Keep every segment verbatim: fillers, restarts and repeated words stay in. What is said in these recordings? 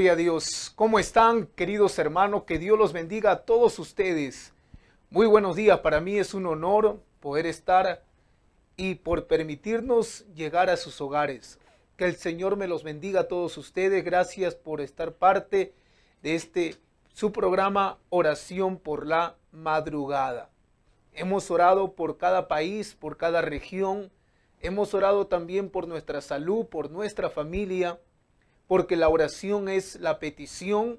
Gloria a Dios. ¿Cómo están, queridos hermanos? Que Dios los bendiga a todos ustedes. Muy buenos días. Para mí es un honor poder estar y por permitirnos llegar a sus hogares. Que el Señor me los bendiga a todos ustedes. Gracias por estar parte de este su programa Oración por la Madrugada. Hemos orado por cada país, por cada región. Hemos orado también por nuestra salud, por nuestra familia, porque la oración es la petición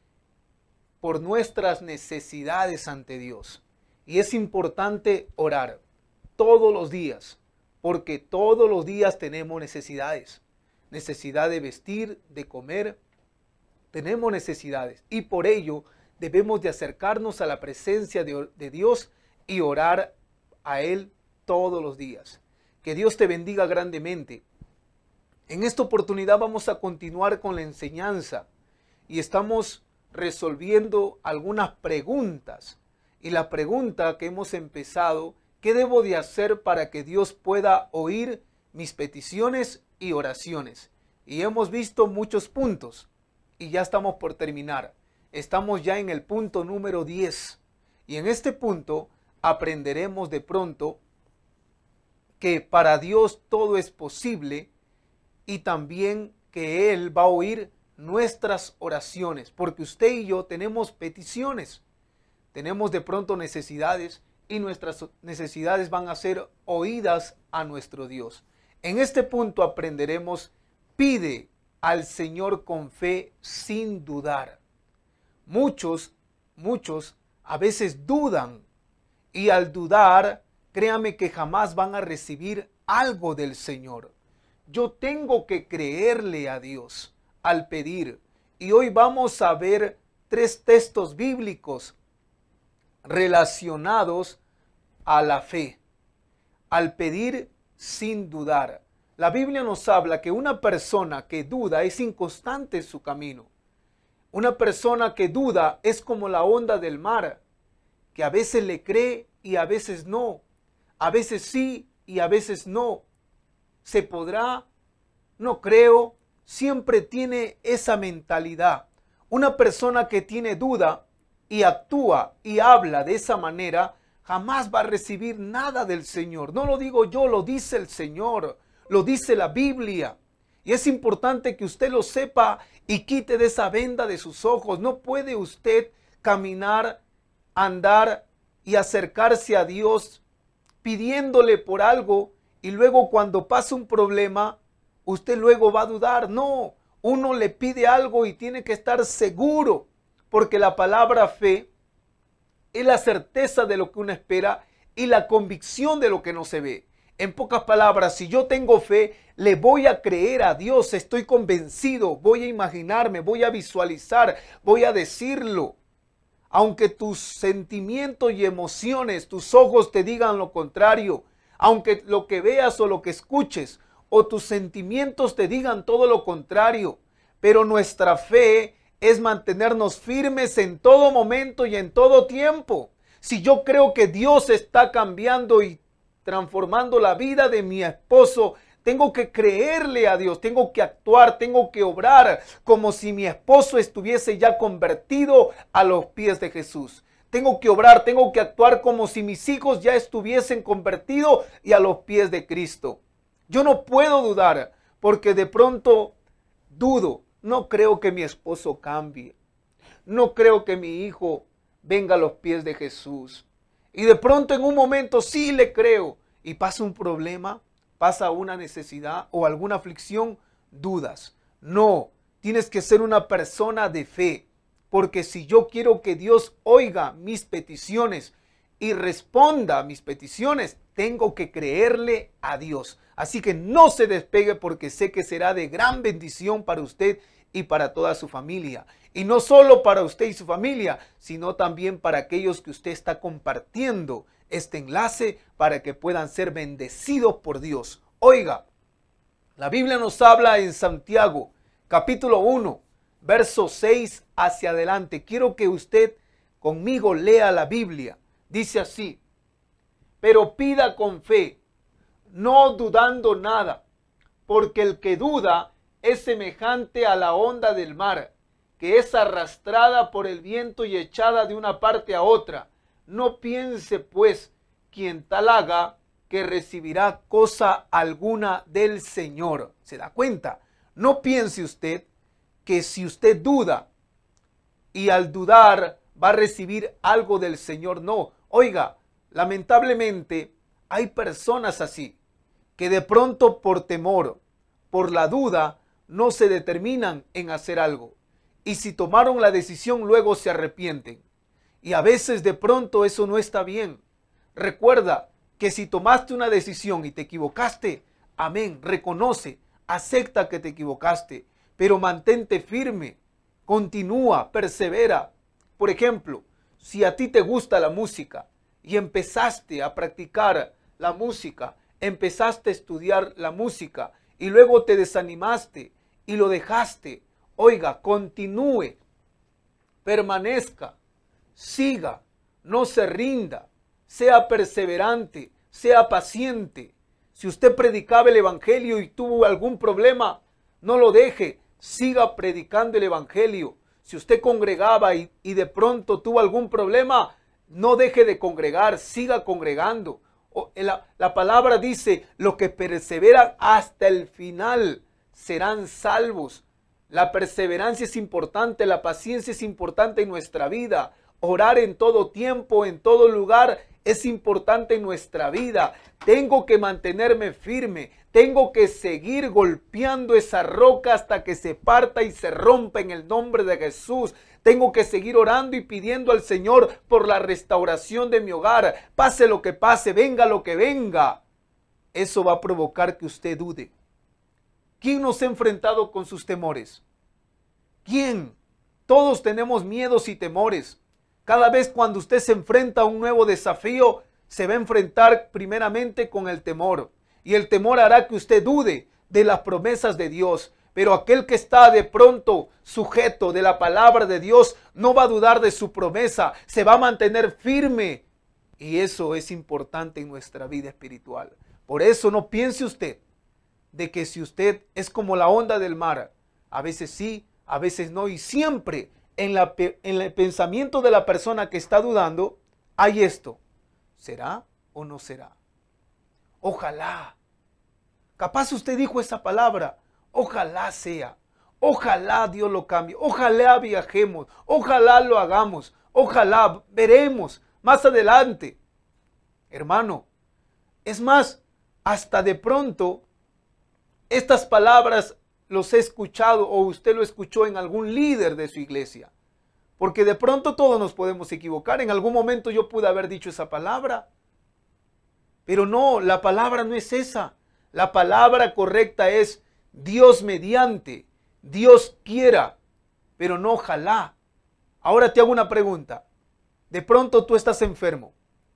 por nuestras necesidades ante Dios. Y es importante orar todos los días, porque todos los días tenemos necesidades. Necesidad de vestir, de comer, tenemos necesidades. Y por ello debemos de acercarnos a la presencia de, de Dios y orar a Él todos los días. Que Dios te bendiga grandemente. En esta oportunidad vamos a continuar con la enseñanza y estamos resolviendo algunas preguntas. Y la pregunta que hemos empezado, ¿qué debo de hacer para que Dios pueda oír mis peticiones y oraciones? Y hemos visto muchos puntos y ya estamos por terminar. Estamos ya en el punto número diez y en este punto aprenderemos de pronto que para Dios todo es posible y también que Él va a oír nuestras oraciones, porque usted y yo tenemos peticiones, tenemos de pronto necesidades y nuestras necesidades van a ser oídas a nuestro Dios. En este punto aprenderemos, pide al Señor con fe sin dudar. Muchos, muchos a veces dudan y al dudar, créame que jamás van a recibir algo del Señor. Yo tengo que creerle a Dios al pedir. Y hoy vamos a ver tres textos bíblicos relacionados a la fe, al pedir sin dudar. La Biblia nos habla que una persona que duda es inconstante en su camino. Una persona que duda es como la onda del mar, que a veces le cree y a veces no. A veces sí y a veces no. ¿Se podrá? No creo. Siempre tiene esa mentalidad. Una persona que tiene duda y actúa y habla de esa manera, jamás va a recibir nada del Señor. No lo digo yo, lo dice el Señor. Lo dice la Biblia. Y es importante que usted lo sepa y quite de esa venda de sus ojos. No puede usted caminar, andar y acercarse a Dios pidiéndole por algo y luego cuando pasa un problema, usted luego va a dudar. No, uno le pide algo y tiene que estar seguro, porque la palabra fe es la certeza de lo que uno espera y la convicción de lo que no se ve. En pocas palabras, si yo tengo fe, le voy a creer a Dios, estoy convencido, voy a imaginarme, voy a visualizar, voy a decirlo. Aunque tus sentimientos y emociones, tus ojos te digan lo contrario, aunque lo que veas o lo que escuches, o tus sentimientos te digan todo lo contrario, pero nuestra fe es mantenernos firmes en todo momento y en todo tiempo. Si yo creo que Dios está cambiando y transformando la vida de mi esposo, tengo que creerle a Dios, tengo que actuar, tengo que obrar como si mi esposo estuviese ya convertido a los pies de Jesús. Tengo que obrar, tengo que actuar como si mis hijos ya estuviesen convertidos y a los pies de Cristo. Yo no puedo dudar porque de pronto dudo. No creo que mi esposo cambie. No creo que mi hijo venga a los pies de Jesús. Y de pronto en un momento sí le creo y pasa un problema, pasa una necesidad o alguna aflicción, dudas. No, tienes que ser una persona de fe, porque si yo quiero que Dios oiga mis peticiones y responda a mis peticiones, tengo que creerle a Dios. Así que no se despegue porque sé que será de gran bendición para usted y para toda su familia. Y no solo para usted y su familia, sino también para aquellos que usted está compartiendo este enlace para que puedan ser bendecidos por Dios. Oiga, la Biblia nos habla en Santiago, capítulo uno, verso seis hacia adelante. Quiero que usted conmigo lea la Biblia. Dice así: pero pida con fe, no dudando nada, porque el que duda es semejante a la onda del mar, que es arrastrada por el viento y echada de una parte a otra. No piense, pues, quien tal haga, que recibirá cosa alguna del Señor. ¿Se da cuenta? No piense usted que si usted duda y al dudar va a recibir algo del Señor. No. Oiga, lamentablemente hay personas así que de pronto por temor, por la duda, no se determinan en hacer algo. Y si tomaron la decisión, luego se arrepienten. Y a veces de pronto eso no está bien. Recuerda que si tomaste una decisión y te equivocaste, amén, reconoce, acepta que te equivocaste, pero mantente firme, continúa, persevera. Por ejemplo, si a ti te gusta la música y empezaste a practicar la música, empezaste a estudiar la música y luego te desanimaste y lo dejaste, oiga, continúe, permanezca, siga, no se rinda, sea perseverante, sea paciente. Si usted predicaba el evangelio y tuvo algún problema, no lo deje, siga predicando el evangelio. Si usted congregaba y, y de pronto tuvo algún problema, no deje de congregar, siga congregando. O, la, la palabra dice, los que perseveran hasta el final serán salvos. La perseverancia es importante, la paciencia es importante en nuestra vida. Orar en todo tiempo, en todo lugar, es importante en nuestra vida. Tengo que mantenerme firme. Tengo que seguir golpeando esa roca hasta que se parta y se rompa en el nombre de Jesús. Tengo que seguir orando y pidiendo al Señor por la restauración de mi hogar. Pase lo que pase, venga lo que venga. Eso va a provocar que usted dude. ¿Quién nos ha enfrentado con sus temores? ¿Quién? Todos tenemos miedos y temores. Cada vez cuando usted se enfrenta a un nuevo desafío, se va a enfrentar primeramente con el temor. Y el temor hará que usted dude de las promesas de Dios. Pero aquel que está de pronto sujeto de la palabra de Dios no va a dudar de su promesa, se va a mantener firme. Y eso es importante en nuestra vida espiritual. Por eso no piense usted de que si usted es como la onda del mar, a veces sí, a veces no, y siempre en, la, en el pensamiento de la persona que está dudando hay esto: ¿será o no será? Ojalá. Capaz usted dijo esa palabra. Ojalá sea. Ojalá Dios lo cambie. Ojalá viajemos. Ojalá lo hagamos. Ojalá veremos más adelante. Hermano, es más, hasta de pronto estas palabras los he escuchado o usted lo escuchó en algún líder de su iglesia. Porque de pronto todos nos podemos equivocar. En algún momento yo pude haber dicho esa palabra. Pero no, la palabra no es esa. La palabra correcta es Dios mediante, Dios quiera, pero no ojalá. Ahora te hago una pregunta. De pronto tú estás enfermo.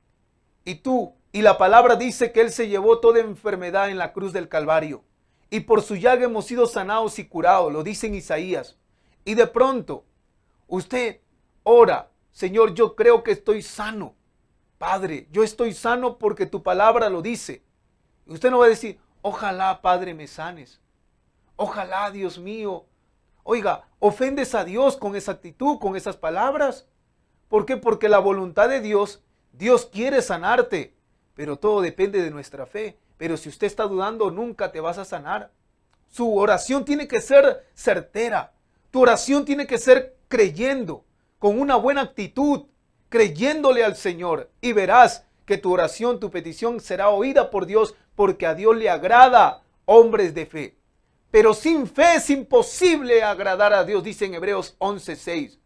Y tú, y la palabra dice que Él se llevó toda enfermedad en la cruz del Calvario. Y por su llaga hemos sido sanados y curados, lo dice en Isaías. Y de pronto, usted ora, Señor, yo creo que estoy sano. Padre, yo estoy sano porque tu palabra lo dice. Y usted no va a decir, ojalá, Padre, me sanes. Ojalá, Dios mío. Oiga, ofendes a Dios con esa actitud, con esas palabras. ¿Por qué? Porque la voluntad de Dios, Dios quiere sanarte, pero todo depende de nuestra fe. Pero si usted está dudando, nunca te vas a sanar. Su oración tiene que ser certera. Tu oración tiene que ser creyendo, con una buena actitud, creyéndole al Señor. Y verás que tu oración, tu petición será oída por Dios, porque a Dios le agrada hombres de fe. Pero sin fe es imposible agradar a Dios, dice en Hebreos once seis.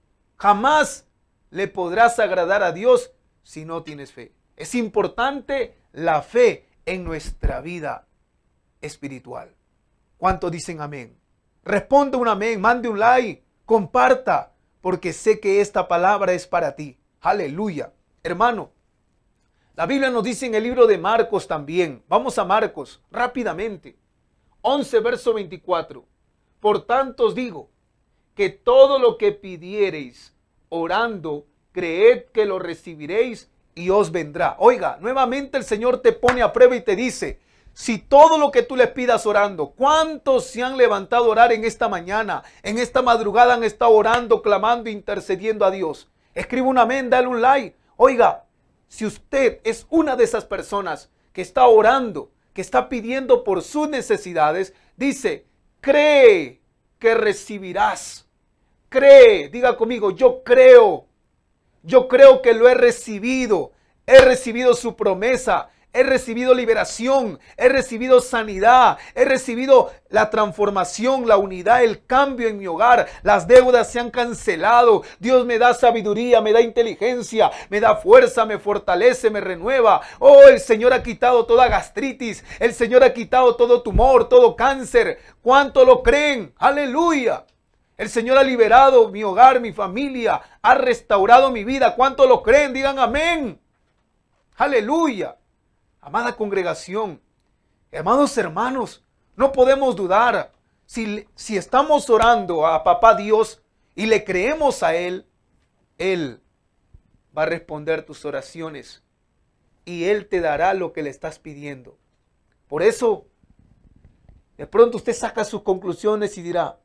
Jamás le podrás agradar a Dios si no tienes fe. Es importante la fe en nuestra vida espiritual. ¿Cuántos dicen amén? Responde un amén, mande un like, comparta, porque sé que esta palabra es para ti. Aleluya. Hermano, la Biblia nos dice en el libro de Marcos también. Vamos a Marcos rápidamente. once, verso veinticuatro. Por tanto os digo que todo lo que pidiereis orando, creed que lo recibiréis y os vendrá. Oiga, nuevamente el Señor te pone a prueba y te dice, Si todo lo que tú le pidas orando, ¿cuántos se han levantado a orar en esta mañana? En esta madrugada han estado orando, clamando, intercediendo a Dios. Escribe un amén, dale un like. Oiga, si usted es una de esas personas que está orando, que está pidiendo por sus necesidades, dice, cree que recibirás. Cree, diga conmigo, yo creo. Yo creo que lo he recibido. He recibido su promesa. He recibido liberación, he recibido sanidad, he recibido la transformación, la unidad, el cambio en mi hogar. Las deudas se han cancelado. Dios me da sabiduría, me da inteligencia, me da fuerza, me fortalece, me renueva. Oh, el Señor ha quitado toda gastritis, el Señor ha quitado todo tumor, todo cáncer. ¿Cuánto lo creen? Aleluya. El Señor ha liberado mi hogar, mi familia, ha restaurado mi vida. ¿Cuánto lo creen? Digan amén. Aleluya. Amada congregación, amados hermanos, no podemos dudar. Si, si estamos orando a Papá Dios y le creemos a Él, Él va a responder tus oraciones y Él te dará lo que le estás pidiendo. Por eso, de pronto usted saca sus conclusiones y dirá,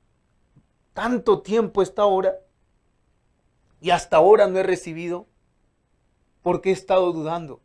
tanto tiempo esta hora y hasta ahora no he recibido, porque he estado dudando.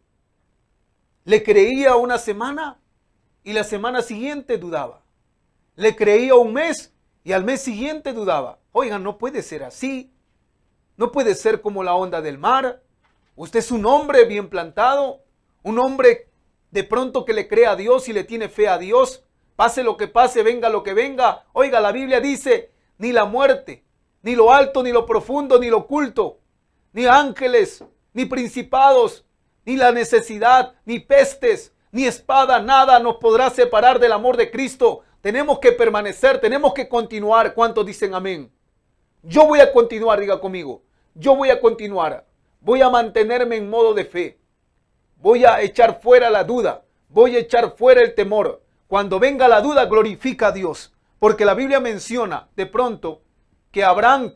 Le creía una semana y la semana siguiente dudaba. Le creía un mes y al mes siguiente dudaba. Oigan, no puede ser así. No puede ser como la onda del mar. Usted es un hombre bien plantado, un hombre de pronto que le cree a Dios y le tiene fe a Dios. Pase lo que pase, venga lo que venga. Oiga, la Biblia dice, ni la muerte, ni lo alto, ni lo profundo, ni lo oculto, ni ángeles, ni principados, ni la necesidad, ni pestes, ni espada, nada nos podrá separar del amor de Cristo. Tenemos que permanecer, tenemos que continuar. ¿Cuántos dicen amén? Yo voy a continuar, diga conmigo. Yo voy a continuar. Voy a mantenerme en modo de fe. Voy a echar fuera la duda. Voy a echar fuera el temor. Cuando venga la duda, glorifica a Dios. Porque la Biblia menciona de pronto que Abraham,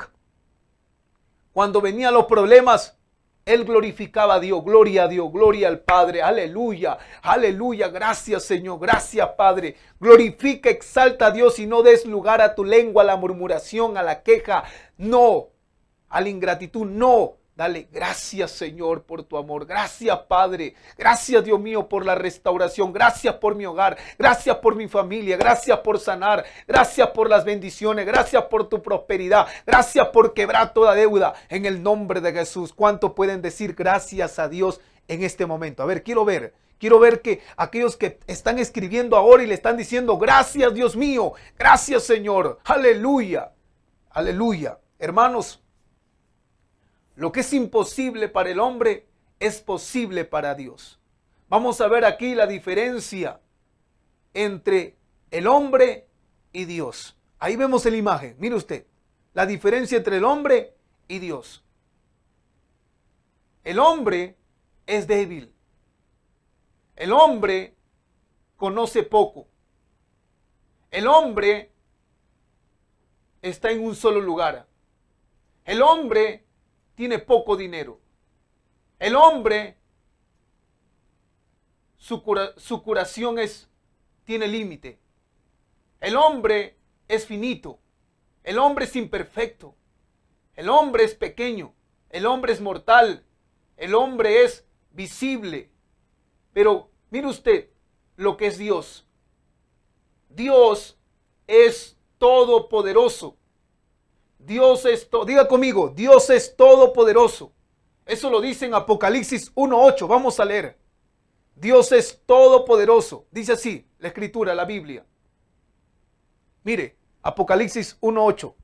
cuando venían los problemas, él glorificaba a Dios, gloria a Dios, gloria al Padre, aleluya, aleluya, gracias Señor, gracias Padre. Glorifica, exalta a Dios y no des lugar a tu lengua, a la murmuración, a la queja, no, a la ingratitud, no. Dale gracias Señor por tu amor, gracias Padre, gracias Dios mío por la restauración, gracias por mi hogar, gracias por mi familia, gracias por sanar, gracias por las bendiciones, gracias por tu prosperidad, gracias por quebrar toda deuda en el nombre de Jesús. ¿Cuánto pueden decir gracias a Dios en este momento? A ver, quiero ver, quiero ver que aquellos que están escribiendo ahora y le están diciendo gracias Dios mío, gracias Señor, aleluya, aleluya. Hermanos, lo que es imposible para el hombre es posible para Dios. Vamos a ver aquí la diferencia entre el hombre y Dios. Ahí vemos la imagen. Mire usted, la diferencia entre el hombre y Dios. El hombre es débil. El hombre conoce poco. El hombre está en un solo lugar. El hombre tiene poco dinero. El hombre, su, cura, su curación es, tiene límite. El hombre es finito. El hombre es imperfecto. El hombre es pequeño. El hombre es mortal. El hombre es visible. Pero mire usted lo que es Dios. Dios es todopoderoso. Dios es, to- diga conmigo, Dios es todopoderoso. Eso lo dice en Apocalipsis uno ocho. Vamos a leer. Dios es todopoderoso. Dice así la escritura, la Biblia. Mire, Apocalipsis uno ocho.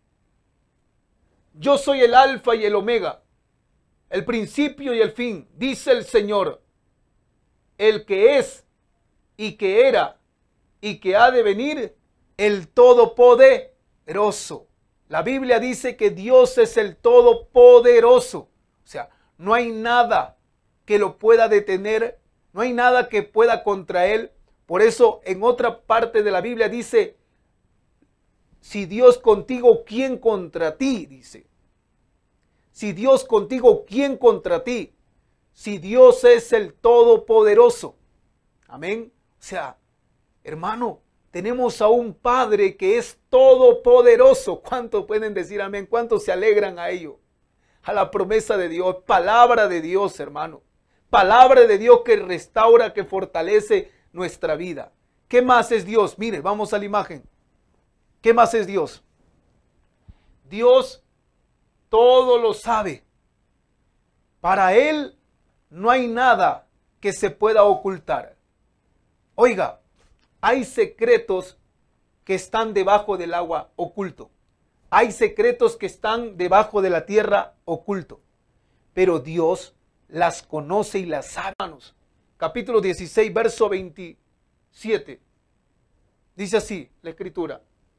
Yo soy el alfa y el omega, el principio y el fin, dice el Señor, el que es y que era y que ha de venir, el todopoderoso. La Biblia dice que Dios es el todopoderoso. O sea, no hay nada que lo pueda detener, no hay nada que pueda contra él. Por eso en otra parte de la Biblia dice, si Dios contigo, ¿quién contra ti? Dice. Si Dios contigo, ¿quién contra ti? Si Dios es el todopoderoso. Amén. O sea, hermano, tenemos a un Padre que es todopoderoso. ¿Cuántos pueden decir amén? ¿Cuántos se alegran a ello? A la promesa de Dios, palabra de Dios, hermano. Palabra de Dios que restaura, que fortalece nuestra vida. ¿Qué más es Dios? Mire, vamos a la imagen. ¿Qué más es Dios? Dios todo lo sabe. Para Él no hay nada que se pueda ocultar. Oiga, hay secretos que están debajo del agua oculto. Hay secretos que están debajo de la tierra oculto. Pero Dios las conoce y las sabe. Capítulo dieciséis, verso veintisiete. Dice así la escritura.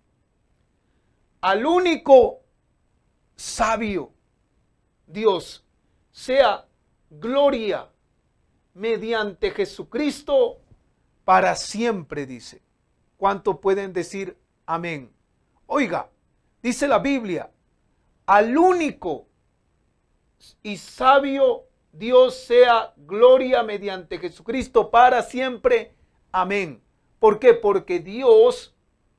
Al único sabio Dios sea gloria mediante Jesucristo para siempre, dice. ¿Cuánto pueden decir amén? Oiga, dice la Biblia, al único y sabio Dios sea gloria mediante Jesucristo para siempre. Amén. ¿Por qué? Porque Dios,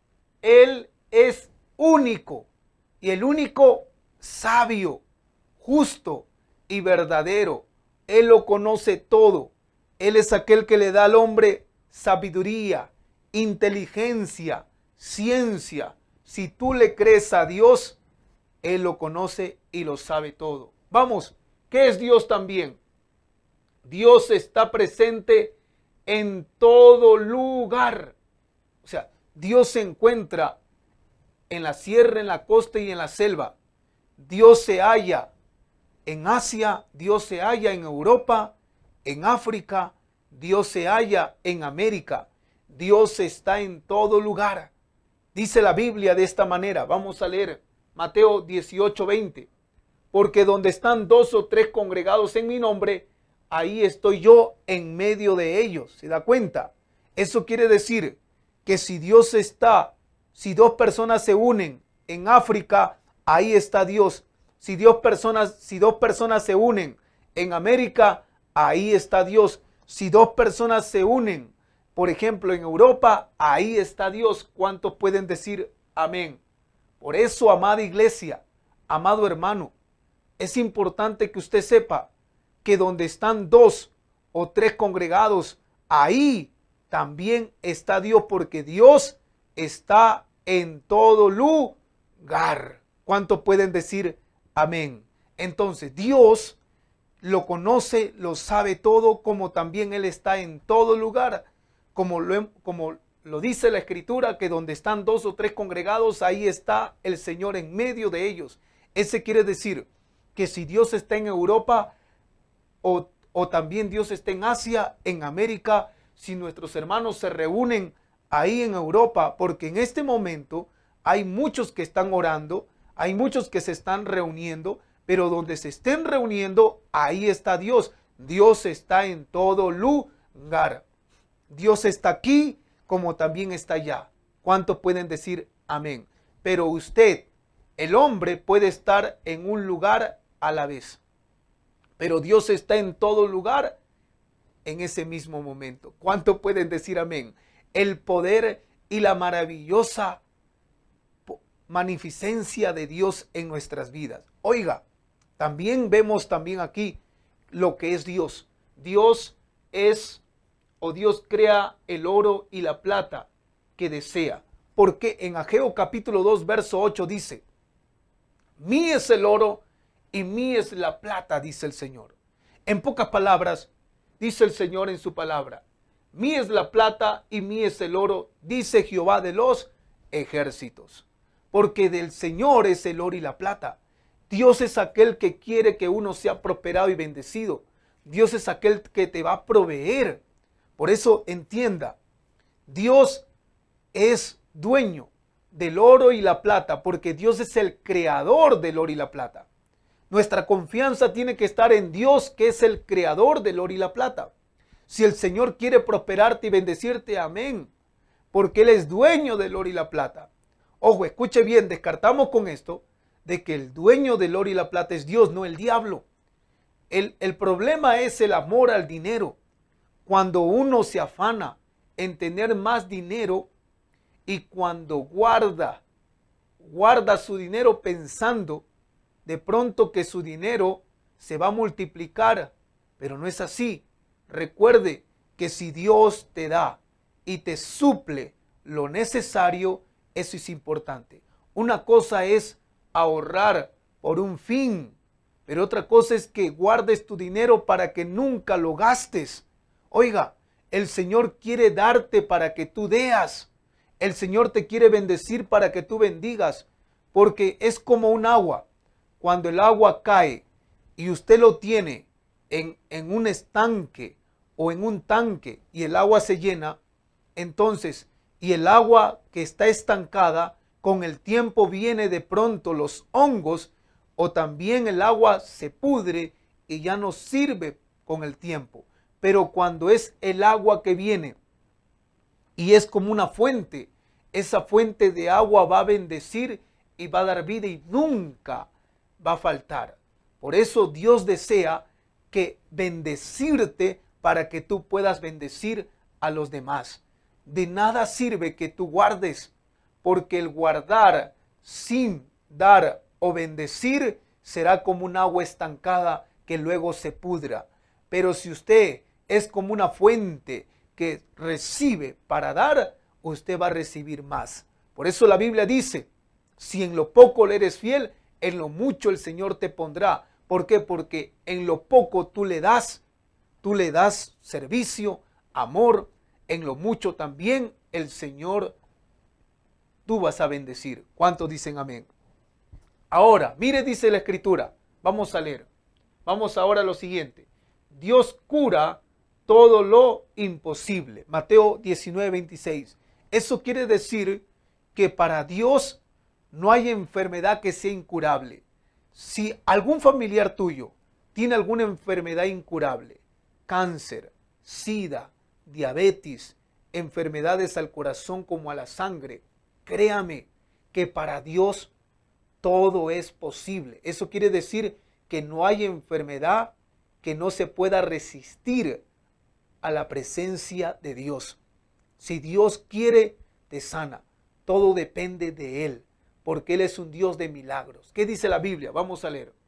Él es único y el único sabio, justo y verdadero. Él lo conoce todo. Él es aquel que le da al hombre sabiduría, inteligencia, ciencia. Si tú le crees a Dios, Él lo conoce y lo sabe todo. Vamos, ¿qué es Dios también? Dios está presente en todo lugar. O sea, Dios se encuentra en la sierra, en la costa y en la selva. Dios se halla en Asia, Dios se halla en Europa, en África, Dios se halla en América. Dios está en todo lugar. Dice la Biblia de esta manera. Vamos a leer Mateo dieciocho, veinte. Porque donde están dos o tres congregados en mi nombre, ahí estoy yo en medio de ellos. ¿Se da cuenta? Eso quiere decir que si Dios está, si dos personas se unen en África, ahí está Dios. Si dos personas, si dos personas se unen en América, ahí está Dios. Si dos personas se unen, por ejemplo, en Europa, ahí está Dios. ¿Cuántos pueden decir amén? Por eso, amada iglesia, amado hermano, es importante que usted sepa que donde están dos o tres congregados, ahí también está Dios, porque Dios está en todo lugar. ¿Cuántos pueden decir amén? Entonces, Dios lo conoce, lo sabe todo, como también Él está en todo lugar. Como lo, como lo dice la Escritura, que donde están dos o tres congregados, ahí está el Señor en medio de ellos. Ese quiere decir que si Dios está en Europa o, o también Dios está en Asia, en América, si nuestros hermanos se reúnen ahí en Europa, porque en este momento hay muchos que están orando, hay muchos que se están reuniendo, pero donde se estén reuniendo, ahí está Dios. Dios está en todo lugar. Dios está aquí como también está allá. ¿Cuántos pueden decir amén? Pero usted, el hombre, puede estar en un lugar a la vez. Pero Dios está en todo lugar en ese mismo momento. ¿Cuántos pueden decir amén? El poder y la maravillosa magnificencia de Dios en nuestras vidas. Oiga, también vemos también aquí lo que es Dios. Dios es, o Dios crea el oro y la plata que desea. Porque en Ageo capítulo dos, verso ocho dice, mí es el oro y mí es la plata, dice el Señor. En pocas palabras, dice el Señor en su palabra, mí es la plata y mí es el oro, dice Jehová de los ejércitos. Porque del Señor es el oro y la plata. Dios es aquel que quiere que uno sea prosperado y bendecido. Dios es aquel que te va a proveer. Por eso entienda, Dios es dueño del oro y la plata, porque Dios es el creador del oro y la plata. Nuestra confianza tiene que estar en Dios, que es el creador del oro y la plata. Si el Señor quiere prosperarte y bendecirte, amén, porque Él es dueño del oro y la plata. Ojo, escuche bien, descartamos con esto de que el dueño del oro y la plata es Dios, no el diablo. El, el problema es el amor al dinero. Cuando uno se afana en tener más dinero y cuando guarda, guarda su dinero pensando de pronto que su dinero se va a multiplicar, pero no es así. Recuerde que si Dios te da y te suple lo necesario, eso es importante. Una cosa es ahorrar por un fin, pero otra cosa es que guardes tu dinero para que nunca lo gastes. Oiga, el Señor quiere darte para que tú deas. El Señor te quiere bendecir para que tú bendigas, porque es como un agua. Cuando el agua cae y usted lo tiene en, en un estanque o en un tanque y el agua se llena, entonces, y el agua que está estancada, con el tiempo viene de pronto los hongos o también el agua se pudre y ya no sirve con el tiempo. Pero cuando es el agua que viene y es como una fuente, esa fuente de agua va a bendecir y va a dar vida y nunca va a faltar. Por eso Dios desea que bendecirte para que tú puedas bendecir a los demás. De nada sirve que tú guardes, porque el guardar sin dar o bendecir será como un agua estancada que luego se pudra. Pero si usted es como una fuente que recibe para dar, usted va a recibir más. Por eso la Biblia dice, si en lo poco le eres fiel, en lo mucho el Señor te pondrá. ¿Por qué? Porque en lo poco tú le das, tú le das servicio, amor, en lo mucho también el Señor tú vas a bendecir. ¿Cuántos dicen amén? Ahora, mire, dice la Escritura, vamos a leer. Vamos ahora a lo siguiente. Dios cura todo lo imposible. Mateo diecinueve, veintiséis. Eso quiere decir que para Dios no hay enfermedad que sea incurable. Si algún familiar tuyo tiene alguna enfermedad incurable, cáncer, sida, diabetes, enfermedades al corazón como a la sangre, créame que para Dios todo es posible. Eso quiere decir que no hay enfermedad que no se pueda resistir a la presencia de Dios. Si Dios quiere, te sana. Todo depende de Él, porque Él es un Dios de milagros. ¿Qué dice la Biblia? Vamos a leer.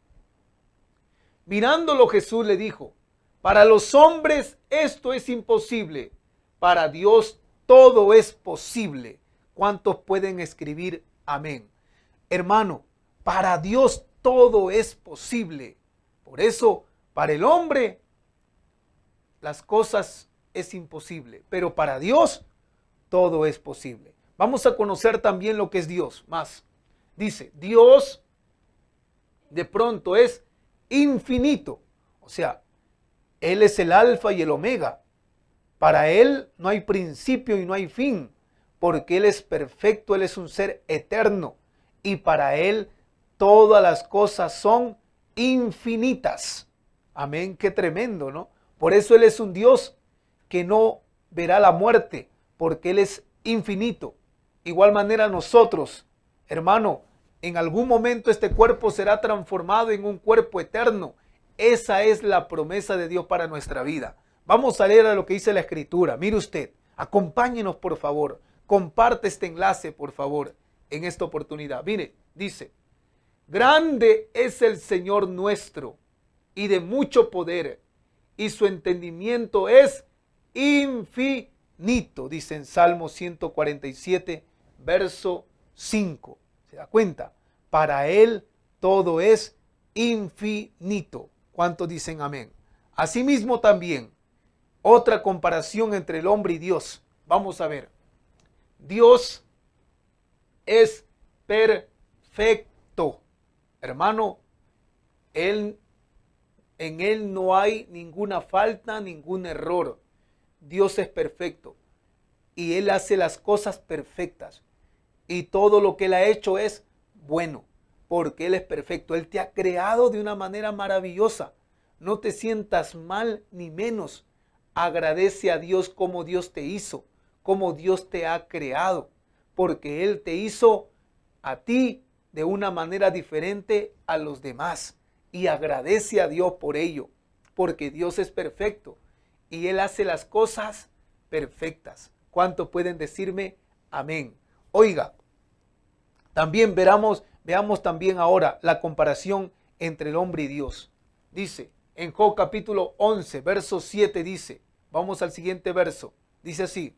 Mirándolo Jesús le dijo, para los hombres esto es imposible, para Dios todo es posible. ¿Cuántos pueden escribir amén? Hermano, para Dios todo es posible. Por eso, para el hombre, las cosas es imposible, pero para Dios todo es posible. Vamos a conocer también lo que es Dios más. Dice, Dios de pronto es infinito. O sea, Él es el alfa y el omega. Para Él no hay principio y no hay fin, porque Él es perfecto, Él es un ser eterno. Y para Él todas las cosas son infinitas. Amén, qué tremendo, ¿no? Por eso Él es un Dios que no verá la muerte, porque Él es infinito. Igual manera nosotros, hermano, en algún momento este cuerpo será transformado en un cuerpo eterno. Esa es la promesa de Dios para nuestra vida. Vamos a leer a lo que dice la Escritura. Mire usted, acompáñenos por favor. Comparte este enlace por favor en esta oportunidad. Mire, dice, grande es el Señor nuestro y de mucho poder, y su entendimiento es infinito, dice en Salmo ciento cuarenta y siete, verso cinco. ¿Se da cuenta? Para Él todo es infinito. ¿Cuántos dicen amén? Asimismo también, otra comparación entre el hombre y Dios. Vamos a ver. Dios es perfecto. Hermano, Él, en Él no hay ninguna falta, ningún error. Dios es perfecto y Él hace las cosas perfectas. Y todo lo que Él ha hecho es bueno, porque Él es perfecto. Él te ha creado de una manera maravillosa. No te sientas mal ni menos. Agradece a Dios como Dios te hizo, como Dios te ha creado, porque Él te hizo a ti de una manera diferente a los demás. Y agradece a Dios por ello, porque Dios es perfecto y Él hace las cosas perfectas. ¿Cuántos pueden decirme amén? Oiga, también veamos, veamos también ahora la comparación entre el hombre y Dios. Dice, en Job capítulo once, verso siete dice, vamos al siguiente verso, dice así,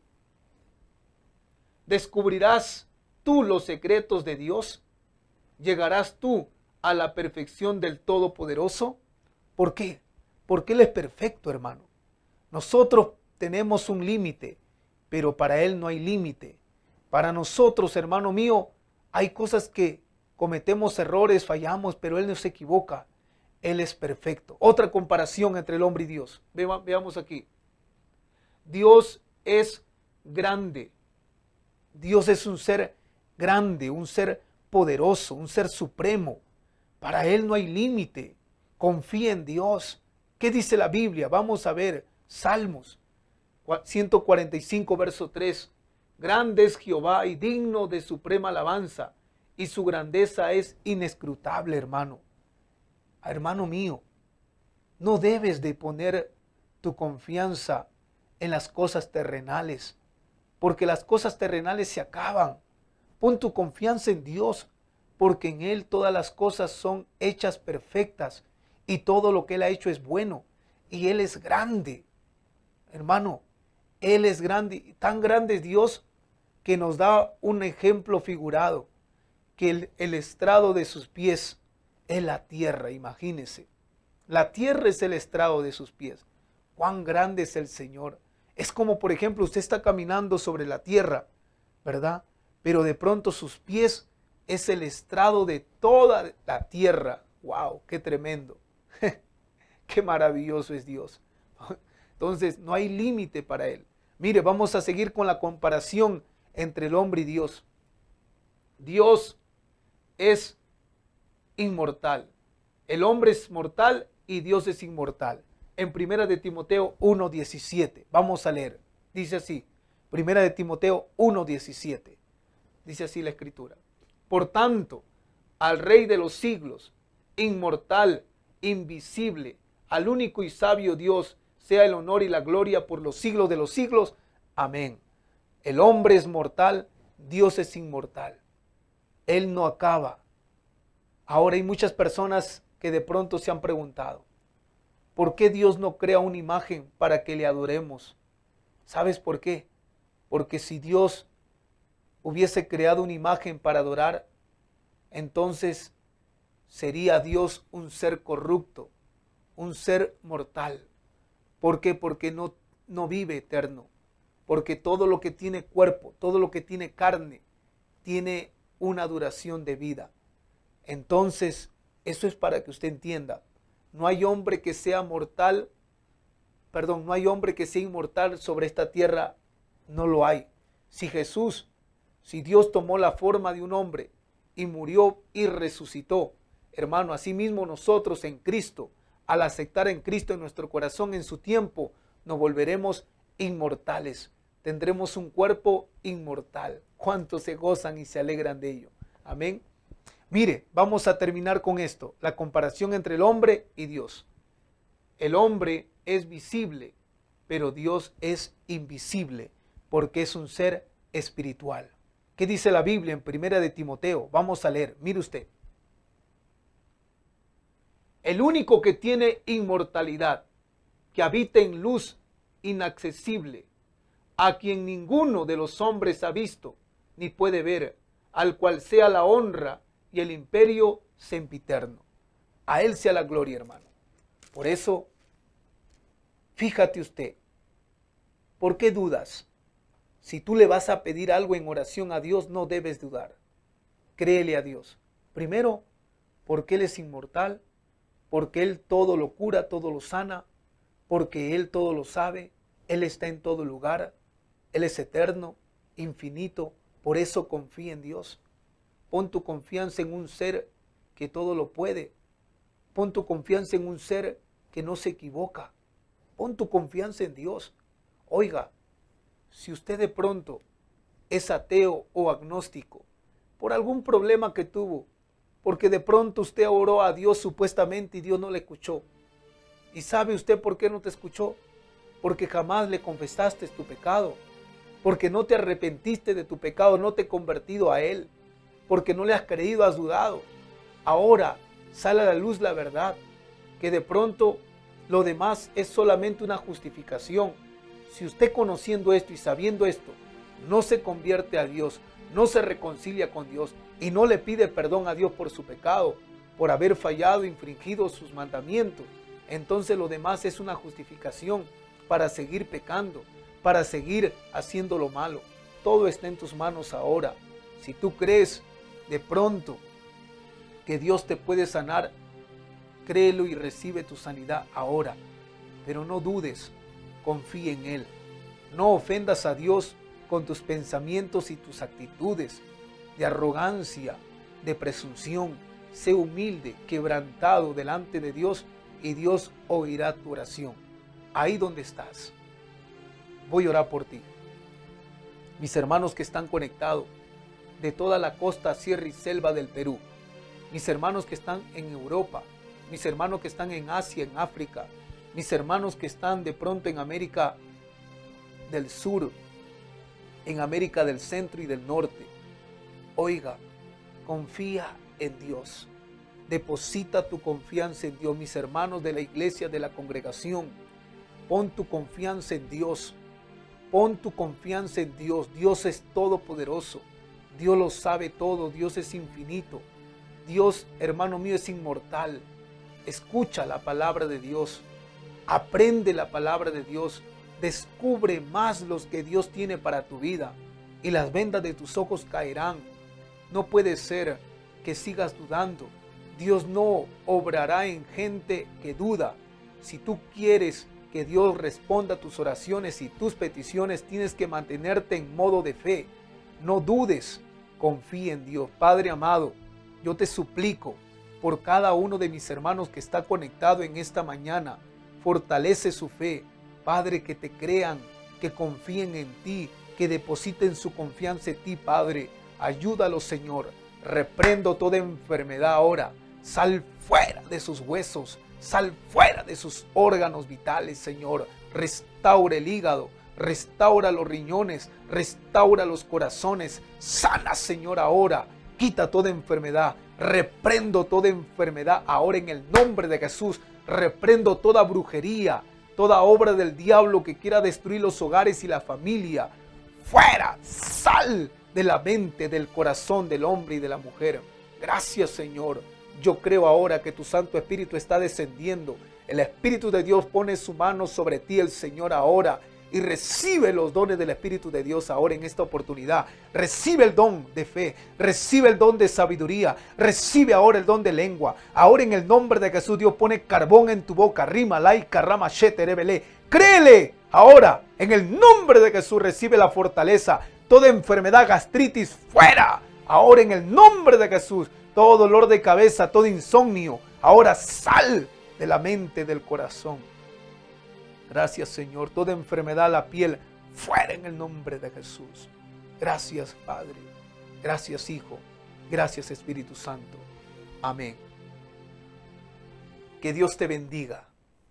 ¿descubrirás tú los secretos de Dios? ¿Llegarás tú a la perfección del Todopoderoso? ¿Por qué? Porque Él es perfecto, hermano. Nosotros tenemos un límite, pero para Él no hay límite. Para nosotros, hermano mío, hay cosas que cometemos errores, fallamos, pero Él no se equivoca. Él es perfecto. Otra comparación entre el hombre y Dios. Veamos aquí. Dios es grande. Dios es un ser grande, un ser poderoso, un ser supremo. Para Él no hay límite. Confía en Dios. ¿Qué dice la Biblia? Vamos a ver. Salmos ciento cuarenta y cinco, verso tres. Grande es Jehová y digno de suprema alabanza, y su grandeza es inescrutable, hermano. Hermano mío, no debes de poner tu confianza en las cosas terrenales, porque las cosas terrenales se acaban. Pon tu confianza en Dios, porque en Él todas las cosas son hechas perfectas, y todo lo que Él ha hecho es bueno, y Él es grande. Hermano, Él es grande, tan grande es Dios que nos da un ejemplo figurado, que el, el estrado de sus pies es la tierra, imagínese. La tierra es el estrado de sus pies. Cuán grande es el Señor. Es como, por ejemplo, usted está caminando sobre la tierra, ¿verdad? Pero de pronto sus pies es el estrado de toda la tierra. ¡Wow! ¡Qué tremendo! ¡Qué maravilloso es Dios! Entonces, no hay límite para Él. Mire, vamos a seguir con la comparación entre el hombre y Dios. Dios es inmortal. El hombre es mortal y Dios es inmortal. En Primera de Timoteo uno diecisiete, vamos a leer. Dice así, Primera de Timoteo uno diecisiete. Dice así la Escritura. Por tanto, al Rey de los siglos, inmortal, invisible, al único y sabio Dios, sea el honor y la gloria por los siglos de los siglos. Amén. El hombre es mortal, Dios es inmortal. Él no acaba. Ahora hay muchas personas que de pronto se han preguntado, ¿por qué Dios no crea una imagen para que le adoremos? ¿Sabes por qué? Porque si Dios hubiese creado una imagen para adorar, entonces sería Dios un ser corrupto, un ser mortal. ¿Por qué? Porque no, no vive eterno. Porque todo lo que tiene cuerpo, todo lo que tiene carne, tiene una duración de vida. Entonces, eso es para que usted entienda. No hay hombre que sea mortal, perdón, no hay hombre que sea inmortal sobre esta tierra, no lo hay. Si Jesús, si Dios tomó la forma de un hombre y murió y resucitó, hermano, asimismo nosotros en Cristo, al aceptar en Cristo en nuestro corazón en su tiempo, nos volveremos inmortales. Tendremos un cuerpo inmortal. ¿Cuántos se gozan y se alegran de ello? Amén. Mire, vamos a terminar con esto, la comparación entre el hombre y Dios. El hombre es visible, pero Dios es invisible, porque es un ser espiritual. ¿Qué dice la Biblia en Primera de Timoteo? Vamos a leer, mire usted. El único que tiene inmortalidad, que habita en luz inaccesible, a quien ninguno de los hombres ha visto ni puede ver, al cual sea la honra y el imperio sempiterno. A Él sea la gloria, hermano. Por eso, fíjate usted, ¿por qué dudas? Si tú le vas a pedir algo en oración a Dios, no debes dudar. Créele a Dios. Primero, porque Él es inmortal, porque Él todo lo cura, todo lo sana, porque Él todo lo sabe, Él está en todo lugar, Él es eterno, infinito, por eso confía en Dios. Pon tu confianza en un ser que todo lo puede. Pon tu confianza en un ser que no se equivoca. Pon tu confianza en Dios. Oiga, si usted de pronto es ateo o agnóstico, por algún problema que tuvo, porque de pronto usted oró a Dios supuestamente y Dios no le escuchó. ¿Y sabe usted por qué no te escuchó? Porque jamás le confesaste tu pecado. porque no te arrepentiste de tu pecado, no te has convertido a Él, porque no le has creído, has dudado. Ahora sale a la luz la verdad, que de pronto lo demás es solamente una justificación. Si usted conociendo esto y sabiendo esto, no se convierte a Dios, no se reconcilia con Dios y no le pide perdón a Dios por su pecado, por haber fallado, infringido sus mandamientos, entonces lo demás es una justificación para seguir pecando, para seguir haciendo lo malo. Todo está en tus manos ahora. Si tú crees de pronto que Dios te puede sanar, créelo y recibe tu sanidad ahora. Pero no dudes, confía en Él. No ofendas a Dios con tus pensamientos y tus actitudes de arrogancia, de presunción. Sé humilde, quebrantado delante de Dios y Dios oirá tu oración. Ahí donde estás. Voy a orar por ti. Mis hermanos que están conectados de toda la costa, sierra y selva del Perú. Mis hermanos que están en Europa. Mis hermanos que están en Asia, en África. Mis hermanos que están de pronto en América del Sur, en América del Centro y del Norte. Oiga, confía en Dios. Deposita tu confianza en Dios. Mis hermanos de la iglesia, de la congregación, pon tu confianza en Dios. Pon tu confianza en Dios. Dios es todopoderoso. Dios lo sabe todo. Dios es infinito. Dios, hermano mío, es inmortal. Escucha la palabra de Dios. Aprende la palabra de Dios. Descubre más los que Dios tiene para tu vida. Y las vendas de tus ojos caerán. No puede ser que sigas dudando. Dios no obrará en gente que duda. Si tú quieres que Dios responda a tus oraciones y tus peticiones, tienes que mantenerte en modo de fe. No dudes, confía en Dios. Padre amado, yo te suplico por cada uno de mis hermanos que está conectado en esta mañana. Fortalece su fe. Padre, que te crean, que confíen en ti, que depositen su confianza en ti, Padre. Ayúdalos, Señor. Reprendo toda enfermedad ahora. Sal fuera de sus huesos. Sal fuera de sus órganos vitales, Señor. Restaura el hígado. Restaura los riñones. Restaura los corazones. Sana, Señor, ahora. Quita toda enfermedad. Reprendo toda enfermedad ahora en el nombre de Jesús. Reprendo toda brujería. Toda obra del diablo que quiera destruir los hogares y la familia. Fuera. Sal de la mente, del corazón del hombre y de la mujer. Gracias, Señor. Yo creo ahora que tu Santo Espíritu está descendiendo. El Espíritu de Dios pone su mano sobre ti, el Señor, ahora. Y recibe los dones del Espíritu de Dios ahora en esta oportunidad. Recibe el don de fe. Recibe el don de sabiduría. Recibe ahora el don de lengua. Ahora en el nombre de Jesús, Dios pone carbón en tu boca. Rima, laica, rama, sheterebele. Créele ahora. En el nombre de Jesús recibe la fortaleza. Toda enfermedad, gastritis, fuera. Ahora en el nombre de Jesús. Todo dolor de cabeza, todo insomnio. Ahora sal de la mente, del corazón. Gracias, Señor. Toda enfermedad a la piel, fuera en el nombre de Jesús. Gracias, Padre. Gracias, Hijo. Gracias, Espíritu Santo. Amén. Que Dios te bendiga.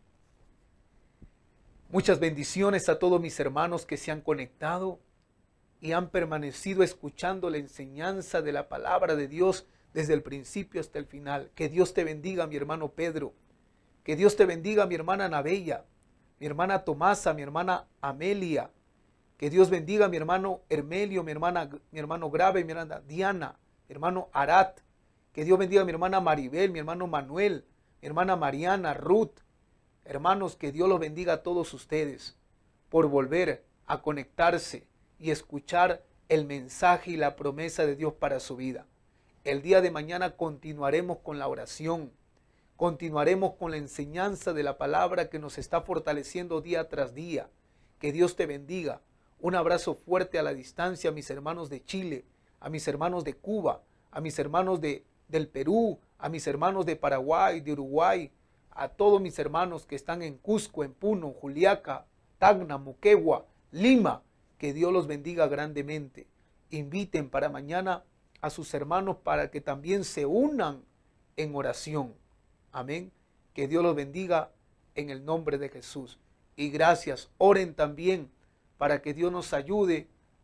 Muchas bendiciones a todos mis hermanos que se han conectado y han permanecido escuchando la enseñanza de la palabra de Dios desde el principio hasta el final. Que Dios te bendiga, mi hermano Pedro. Que Dios te bendiga, mi hermana Anabella, mi hermana Tomasa, mi hermana Amelia. Que Dios bendiga a mi hermano Hermelio, mi, hermana, mi hermano Grave, mi hermana Diana, mi hermano Arat. Que Dios bendiga a mi hermana Maribel, mi hermano Manuel, mi hermana Mariana, Ruth. Hermanos, que Dios los bendiga a todos ustedes por volver a conectarse y escuchar el mensaje y la promesa de Dios para su vida. El día de mañana continuaremos con la oración. Continuaremos con la enseñanza de la palabra que nos está fortaleciendo día tras día. Que Dios te bendiga. Un abrazo fuerte a la distancia a mis hermanos de Chile, a mis hermanos de Cuba, a mis hermanos de, del Perú, a mis hermanos de Paraguay, de Uruguay, a todos mis hermanos que están en Cusco, en Puno, Juliaca, Tacna, Moquegua, Lima. Que Dios los bendiga grandemente. Inviten para mañana a sus hermanos para que también se unan en oración. Amén. Que Dios los bendiga en el nombre de Jesús. Y gracias. Oren también para que Dios nos ayude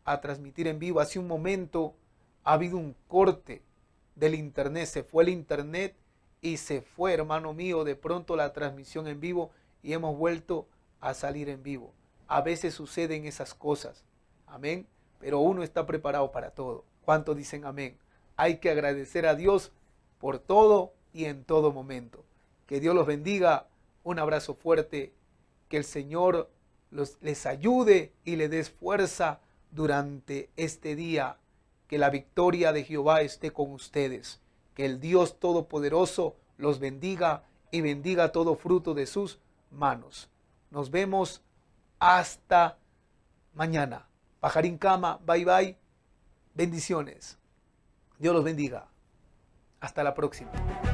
a transmitir en vivo. Hace un momento ha habido un corte del internet, se fue el internet y se fue, hermano mío, de pronto la transmisión en vivo y hemos vuelto a salir en vivo. A veces suceden esas cosas, amén, pero uno está preparado para todo. ¿Cuántos dicen amén? Hay que agradecer a Dios por todo y en todo momento. Que Dios los bendiga, un abrazo fuerte, que el Señor los, les ayude y les dé fuerza durante este día. Que la victoria de Jehová esté con ustedes. Que el Dios Todopoderoso los bendiga y bendiga todo fruto de sus manos. Nos vemos hasta mañana. Pajarín Cama, bye bye. Bendiciones. Dios los bendiga. Hasta la próxima.